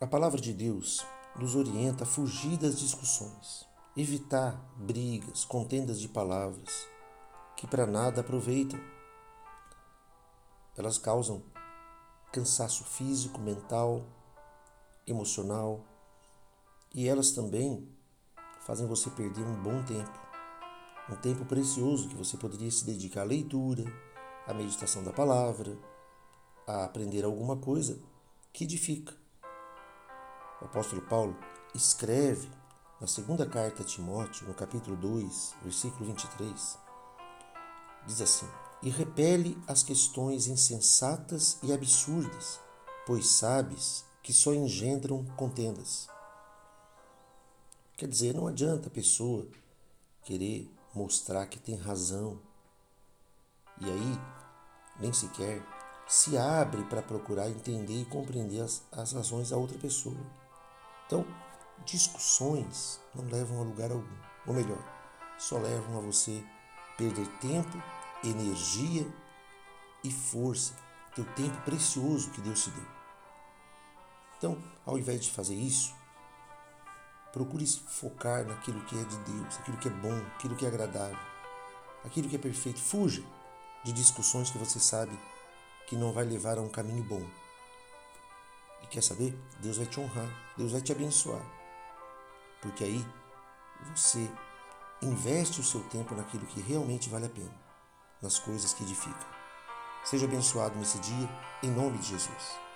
A palavra de Deus nos orienta a fugir das discussões, evitar brigas, contendas de palavras que para nada aproveitam. Elas causam cansaço físico, mental, emocional e elas também fazem você perder um bom tempo, um tempo precioso que você poderia se dedicar à leitura, à meditação da palavra, a aprender alguma coisa que edifica. O apóstolo Paulo escreve na segunda carta a Timóteo, no capítulo 2, versículo 23, diz assim: E repele as questões insensatas e absurdas, pois sabes que só engendram contendas. Quer dizer, não adianta a pessoa querer mostrar que tem razão e aí nem sequer se abre para procurar entender e compreender as razões da outra pessoa. Então, discussões não levam a lugar algum. Ou melhor, só levam a você perder tempo, energia e força, teu tempo precioso que Deus te deu. Então, ao invés de fazer isso, procure focar naquilo que é de Deus, aquilo que é bom, aquilo que é agradável, aquilo que é perfeito. Fuja de discussões que você sabe que não vai levar a um caminho bom. E quer saber? Deus vai te honrar, Deus vai te abençoar. Porque aí você investe o seu tempo naquilo que realmente vale a pena, nas coisas que edificam. Seja abençoado nesse dia, em nome de Jesus.